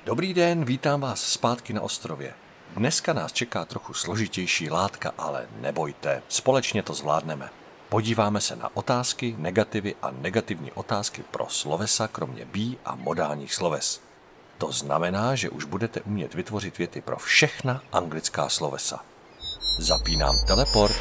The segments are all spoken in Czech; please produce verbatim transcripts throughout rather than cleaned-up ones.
Dobrý den, vítám vás zpátky na ostrově. Dneska nás čeká trochu složitější látka, ale nebojte, společně to zvládneme. Podíváme se na otázky, negativy a negativní otázky pro slovesa kromě be a modálních sloves. To znamená, že už budete umět vytvořit věty pro všechna anglická slovesa. Zapínám teleport.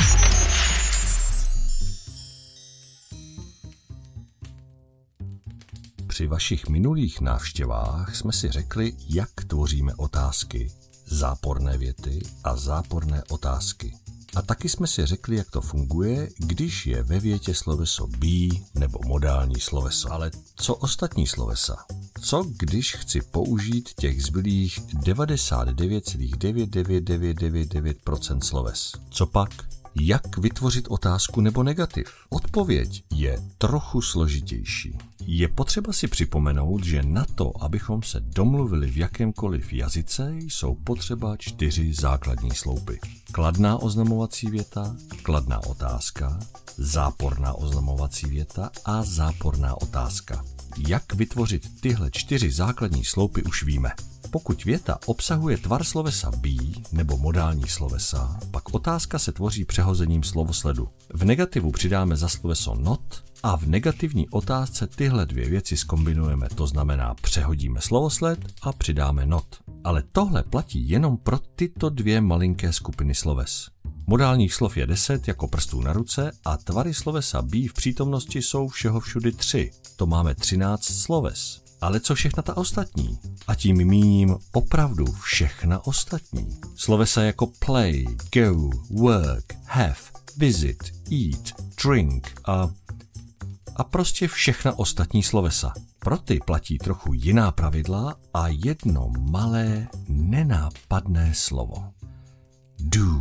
Při vašich minulých návštěvách jsme si řekli, jak tvoříme otázky, záporné věty a záporné otázky. A taky jsme si řekli, jak to funguje, když je ve větě sloveso be nebo modální sloveso. Ale co ostatní slovesa? Co když chci použít těch zbylých devadesát devět celá devět devět devět devět devět procent sloves? Co pak? Jak vytvořit otázku nebo negativ? Odpověď je trochu složitější. Je potřeba si připomenout, že na to, abychom se domluvili v jakémkoliv jazyce, jsou potřeba čtyři základní sloupy. Kladná oznamovací věta, kladná otázka, záporná oznamovací věta a záporná otázka. Jak vytvořit tyhle čtyři základní sloupy už víme. Pokud věta obsahuje tvar slovesa be nebo modální slovesa, pak otázka se tvoří přehozením slovosledu. V negativu přidáme za sloveso not a v negativní otázce tyhle dvě věci zkombinujeme, to znamená přehodíme slovosled a přidáme not. Ale tohle platí jenom pro tyto dvě malinké skupiny sloves. Modálních slov je deset jako prstů na ruce a tvary slovesa be v přítomnosti jsou všeho všudy tři. To máme třináct sloves. Ale co všechna ta ostatní? A tím míním opravdu všechna ostatní. Slovesa jako play, go, work, have, visit, eat, drink a, a prostě všechna ostatní slovesa. Pro ty platí trochu jiná pravidla a jedno malé, nenápadné slovo. Do.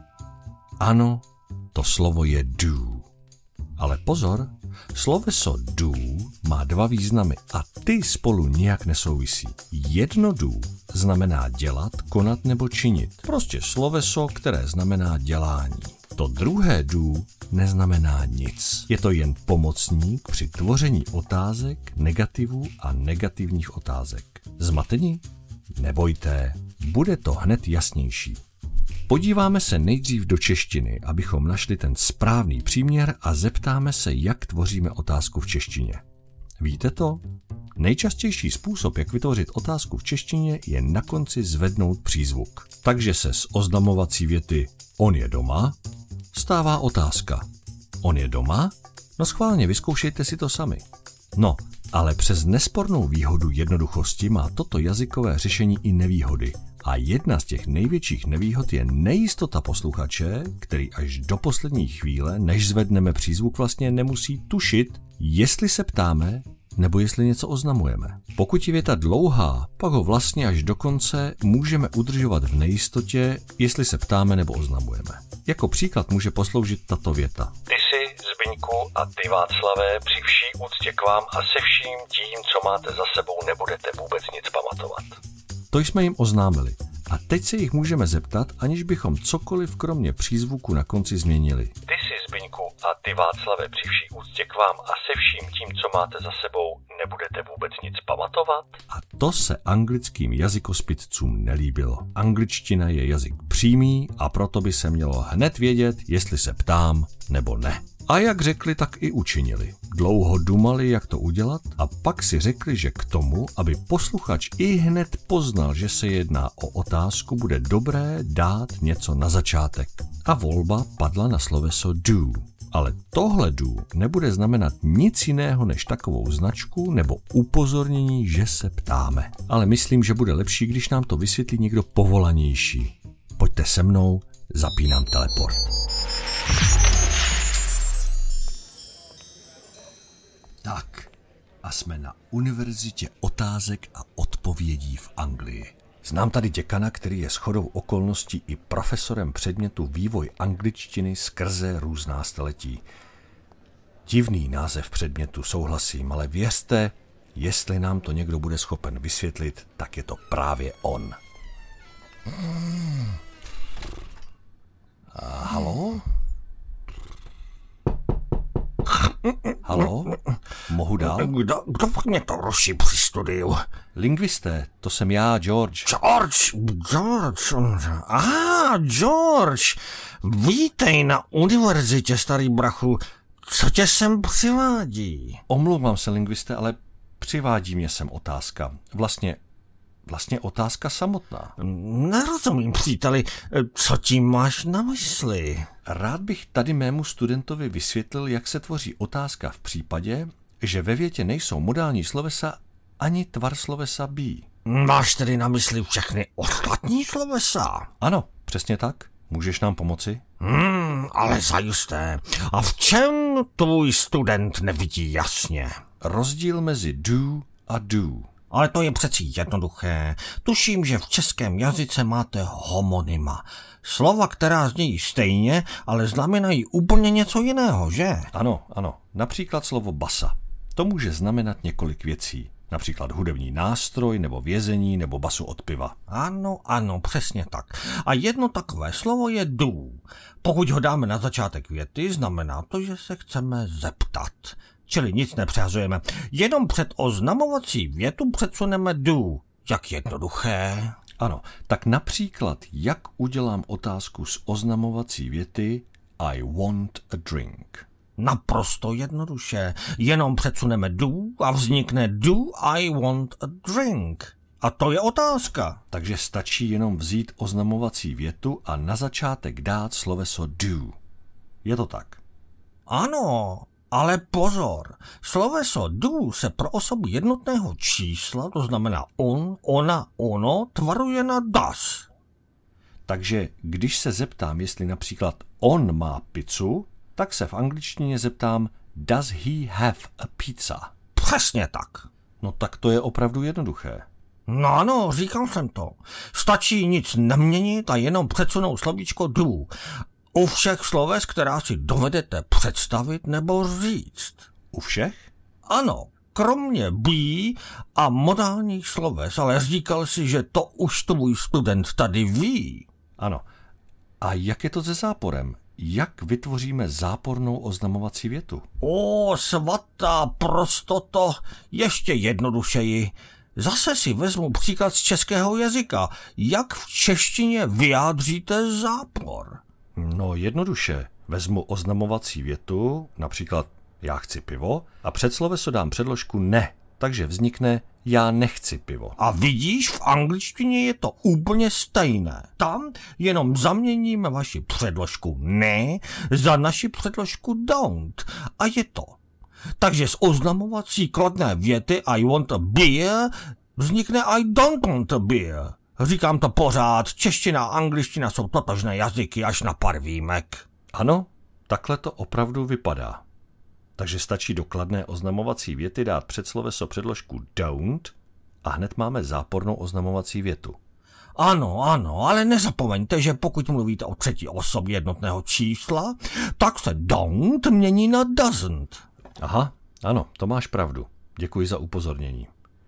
Ano, to slovo je do. Ale pozor, sloveso do má dva významy a ty spolu nijak nesouvisí. Jedno do znamená dělat, konat nebo činit. Prostě sloveso, které znamená dělání. To druhé do neznamená nic. Je to jen pomocník při tvoření otázek, negativů a negativních otázek. Zmatení? Nebojte, bude to hned jasnější. Podíváme se nejdřív do češtiny, abychom našli ten správný příměr a zeptáme se, jak tvoříme otázku v češtině. Víte to? Nejčastější způsob, jak vytvořit otázku v češtině, je na konci zvednout přízvuk. Takže se z oznamovací věty on je doma stává otázka. On je doma? No schválně, vyzkoušejte si to sami. No, ale přes nespornou výhodu jednoduchosti má toto jazykové řešení i nevýhody. A jedna z těch největších nevýhod je nejistota posluchače, který až do poslední chvíle, než zvedneme přízvuk, vlastně nemusí tušit, jestli se ptáme, nebo jestli něco oznamujeme. Pokud je věta dlouhá, pak ho vlastně až do konce můžeme udržovat v nejistotě, jestli se ptáme nebo oznamujeme. Jako příklad může posloužit tato věta. Ty si, Zbyňku, a ty, Václavé, při vší úctě k vám a se vším tím, co máte za sebou, nebudete vůbec nic pamatovat. To jsme jim oznámili. A teď se jich můžeme zeptat, aniž bychom cokoliv kromě přízvuku na konci změnili. Ty si, Zbyňku, a ty, Václave, při vší úctě k vám a se vším tím, co máte za sebou, nebudete vůbec nic pamatovat? A to se anglickým jazykospitcům nelíbilo. Angličtina je jazyk přímý a proto by se mělo hned vědět, jestli se ptám nebo ne. A jak řekli, tak i učinili. Dlouho dumali, jak to udělat, a pak si řekli, že k tomu, aby posluchač i hned poznal, že se jedná o otázku, bude dobré dát něco na začátek. A volba padla na sloveso do. Ale tohle do nebude znamenat nic jiného než takovou značku nebo upozornění, že se ptáme. Ale myslím, že bude lepší, když nám to vysvětlí někdo povolanější. Pojďte se mnou, zapínám teleport. Tak, a jsme na univerzitě otázek a odpovědí v Anglii. Znám tady děkana, který je shodou okolností i profesorem předmětu vývoj angličtiny skrze různá staletí. Divný název předmětu, souhlasím, ale věřte, jestli nám to někdo bude schopen vysvětlit, tak je to právě on. A halo? Halo? Mohu dál? Kdo, kdo pak mě to ruší při studiu? Lingvisté, to jsem já, George. George, George, aha, George, vítej na univerzitě, starý brachu, co tě sem přivádí? Omlouvám se, lingvisté, ale přivádí mě sem otázka. Vlastně, vlastně otázka samotná. Nerozumím, příteli, co tím máš na mysli? Rád bych tady mému studentovi vysvětlil, jak se tvoří otázka v případě, že ve větě nejsou modální slovesa ani tvar slovesa be. Máš tedy na mysli všechny ostatní slovesa? Ano, přesně tak. Můžeš nám pomoci? Hmm, ale zajisté. A v čem tvůj student nevidí jasně? Rozdíl mezi do a do. Ale to je přeci jednoduché. Tuším, že v českém jazyce máte homonyma. Slova, která znějí stejně, ale znamenají úplně něco jiného, že? Ano, ano. Například slovo basa. To může znamenat několik věcí. Například hudební nástroj, nebo vězení, nebo basu od piva. Ano, ano, přesně tak. A jedno takové slovo je do. Pokud ho dáme na začátek věty, znamená to, že se chceme zeptat. Čili nic nepřehazujeme. Jenom před oznamovací větu předsuneme do. Jak jednoduché. Ano, tak například, jak udělám otázku z oznamovací věty I want a drink. Naprosto jednoduše. Jenom předsuneme do a vznikne do I want a drink. A to je otázka. Takže stačí jenom vzít oznamovací větu a na začátek dát sloveso do. Je to tak? Ano, ale pozor. Sloveso do se pro osobu jednotného čísla, to znamená on, ona, ono, tvaruje na das. Takže když se zeptám, jestli například on má pizzu, tak se v angličtině zeptám does he have a pizza? Přesně tak. No tak to je opravdu jednoduché. No ano, říkal jsem to. Stačí nic neměnit a jenom předsunout slovíčko do. U všech sloves, která si dovedete představit nebo říct. U všech? Ano, kromě be a modálních sloves, ale říkal si, že to už tvůj student tady ví. Ano. A jak je to se záporem? Jak vytvoříme zápornou oznamovací větu? O, svatá prostoto, ještě jednodušeji. Zase si vezmu příklad z českého jazyka. Jak v češtině vyjádříte zápor? No jednoduše. Vezmu oznamovací větu, například já chci pivo, a před sloveso dám předložku ne, takže vznikne já nechci pivo. A vidíš, v angličtině je to úplně stejné. Tam jenom zaměníme vaši předložku ne za naši předložku don't. A je to. Takže z oznamovací kladné věty I want a beer vznikne I don't want a beer. Říkám to pořád, čeština a angličtina jsou totožné jazyky až na pár výjimek. Ano, takhle to opravdu vypadá. Takže stačí do kladné oznamovací věty dát před sloveso předložku don't a hned máme zápornou oznamovací větu. Ano, ano, ale nezapomeňte, že pokud mluvíte o třetí osobě jednotného čísla, tak se don't mění na doesn't. Aha, ano, to máš pravdu. Děkuji za upozornění.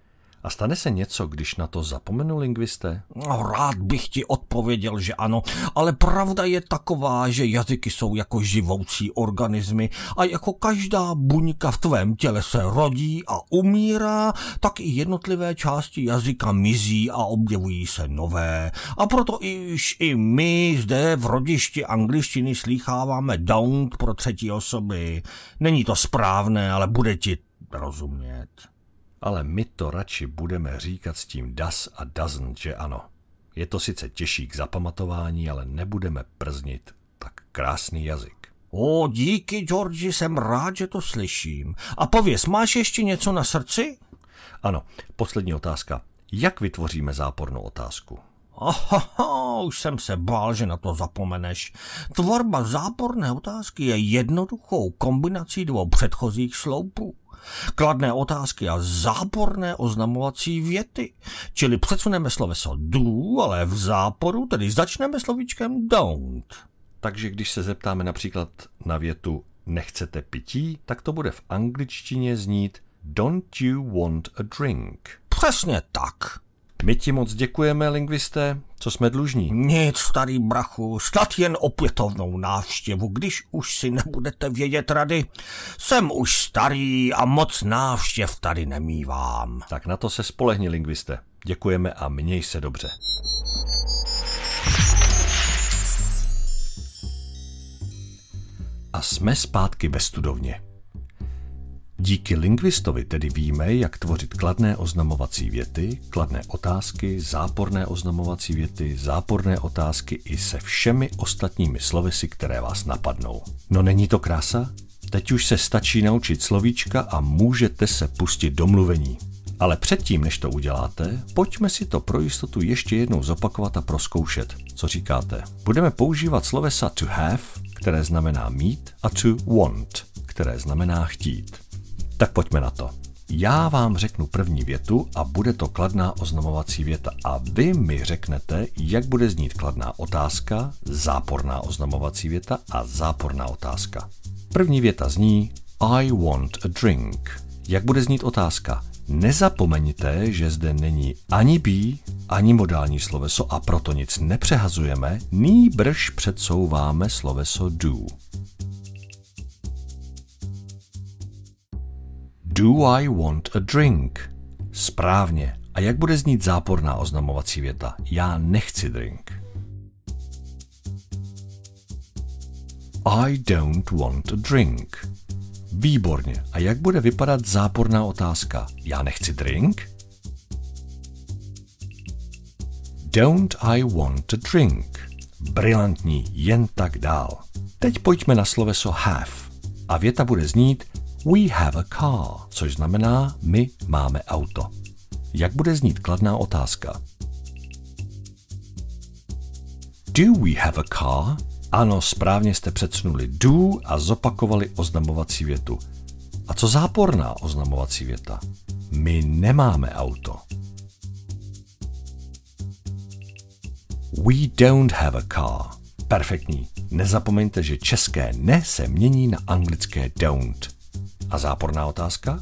A stane se něco, když na to zapomenu, lingvisté? No, rád bych ti odpověděl, že ano, ale pravda je taková, že jazyky jsou jako živoucí organismy a jako každá buňka v tvém těle se rodí a umírá, tak i jednotlivé části jazyka mizí a objevují se nové. A proto iž i my zde v rodišti angličtiny slýcháváme don't pro třetí osoby. Není to správné, ale bude ti rozumět. Ale my to radši budeme říkat s tím does a doesn't, že ano. Je to sice těžší k zapamatování, ale nebudeme prznit. Tak krásný jazyk. O, díky, Georgi, jsem rád, že to slyším. A pověz, máš ještě něco na srdci? Ano, poslední otázka. Jak vytvoříme zápornou otázku? Aha, už jsem se bál, že na to zapomeneš. Tvorba záporné otázky je jednoduchou kombinací dvou předchozích sloupů. Kladné otázky a záporné oznamovací věty. Čili předsuneme sloveso do, ale v záporu, tedy začneme slovíčkem don't. Takže když se zeptáme například na větu nechcete pití, tak to bude v angličtině znít don't you want a drink? Přesně tak. My ti moc děkujeme, lingviste, co jsme dlužní. Nic, starý brachu, snad jen opětovnou návštěvu, když už si nebudete vědět rady. Jsem už starý a moc návštěv tady nemívám. Tak na to se spolehni, lingviste. Děkujeme a měj se dobře. A jsme zpátky ve studovně. Díky lingvistovi tedy víme, jak tvořit kladné oznamovací věty, kladné otázky, záporné oznamovací věty, záporné otázky i se všemi ostatními slovesy, které vás napadnou. No není to krása? Teď už se stačí naučit slovíčka a můžete se pustit do mluvení. Ale předtím, než to uděláte, pojďme si to pro jistotu ještě jednou zopakovat a prozkoušet. Co říkáte? Budeme používat slovesa to have, které znamená mít, a to want, které znamená chtít. Tak pojďme na to. Já vám řeknu první větu a bude to kladná oznamovací věta a vy mi řeknete, jak bude znít kladná otázka, záporná oznamovací věta a záporná otázka. První věta zní I want a drink. Jak bude znít otázka? Nezapomeňte, že zde není ani be, ani modální sloveso a proto nic nepřehazujeme, nýbrž předsouváme sloveso do. Do I want a drink? Správně. A jak bude znít záporná oznamovací věta? Já nechci drink. I don't want a drink. Výborně. A jak bude vypadat záporná otázka? Já nechci drink? Don't I want a drink? Brilantní, jen tak dál. Teď pojďme na sloveso have. A věta bude znít We have a car, což znamená my máme auto. Jak bude znít kladná otázka? Do we have a car? Ano, správně jste předsunuli do a zopakovali oznamovací větu. A co záporná oznamovací věta? My nemáme auto. We don't have a car. Perfektní. Nezapomeňte, že české ne se mění na anglické don't. A záporná otázka?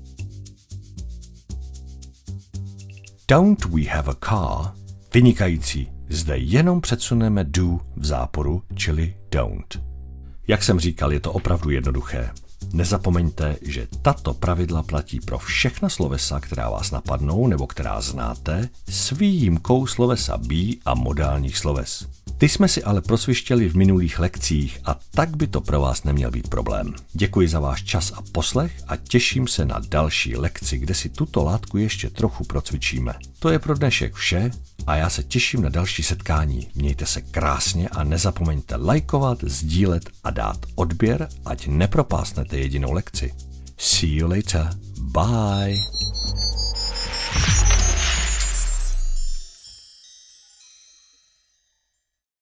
Don't we have a car? Vynikající. Zde jenom předsuneme do v záporu, čili don't. Jak jsem říkal, je to opravdu jednoduché. Nezapomeňte, že tato pravidla platí pro všechna slovesa, která vás napadnou nebo která znáte, s výjimkou slovesa be a modálních sloves. Ty jsme si ale prosvištěli v minulých lekcích a tak by to pro vás neměl být problém. Děkuji za váš čas a poslech a těším se na další lekci, kde si tuto látku ještě trochu procvičíme. To je pro dnešek vše a já se těším na další setkání. Mějte se krásně a nezapomeňte lajkovat, sdílet a dát odběr, ať nepropásnete jedinou lekci. See you later. Bye.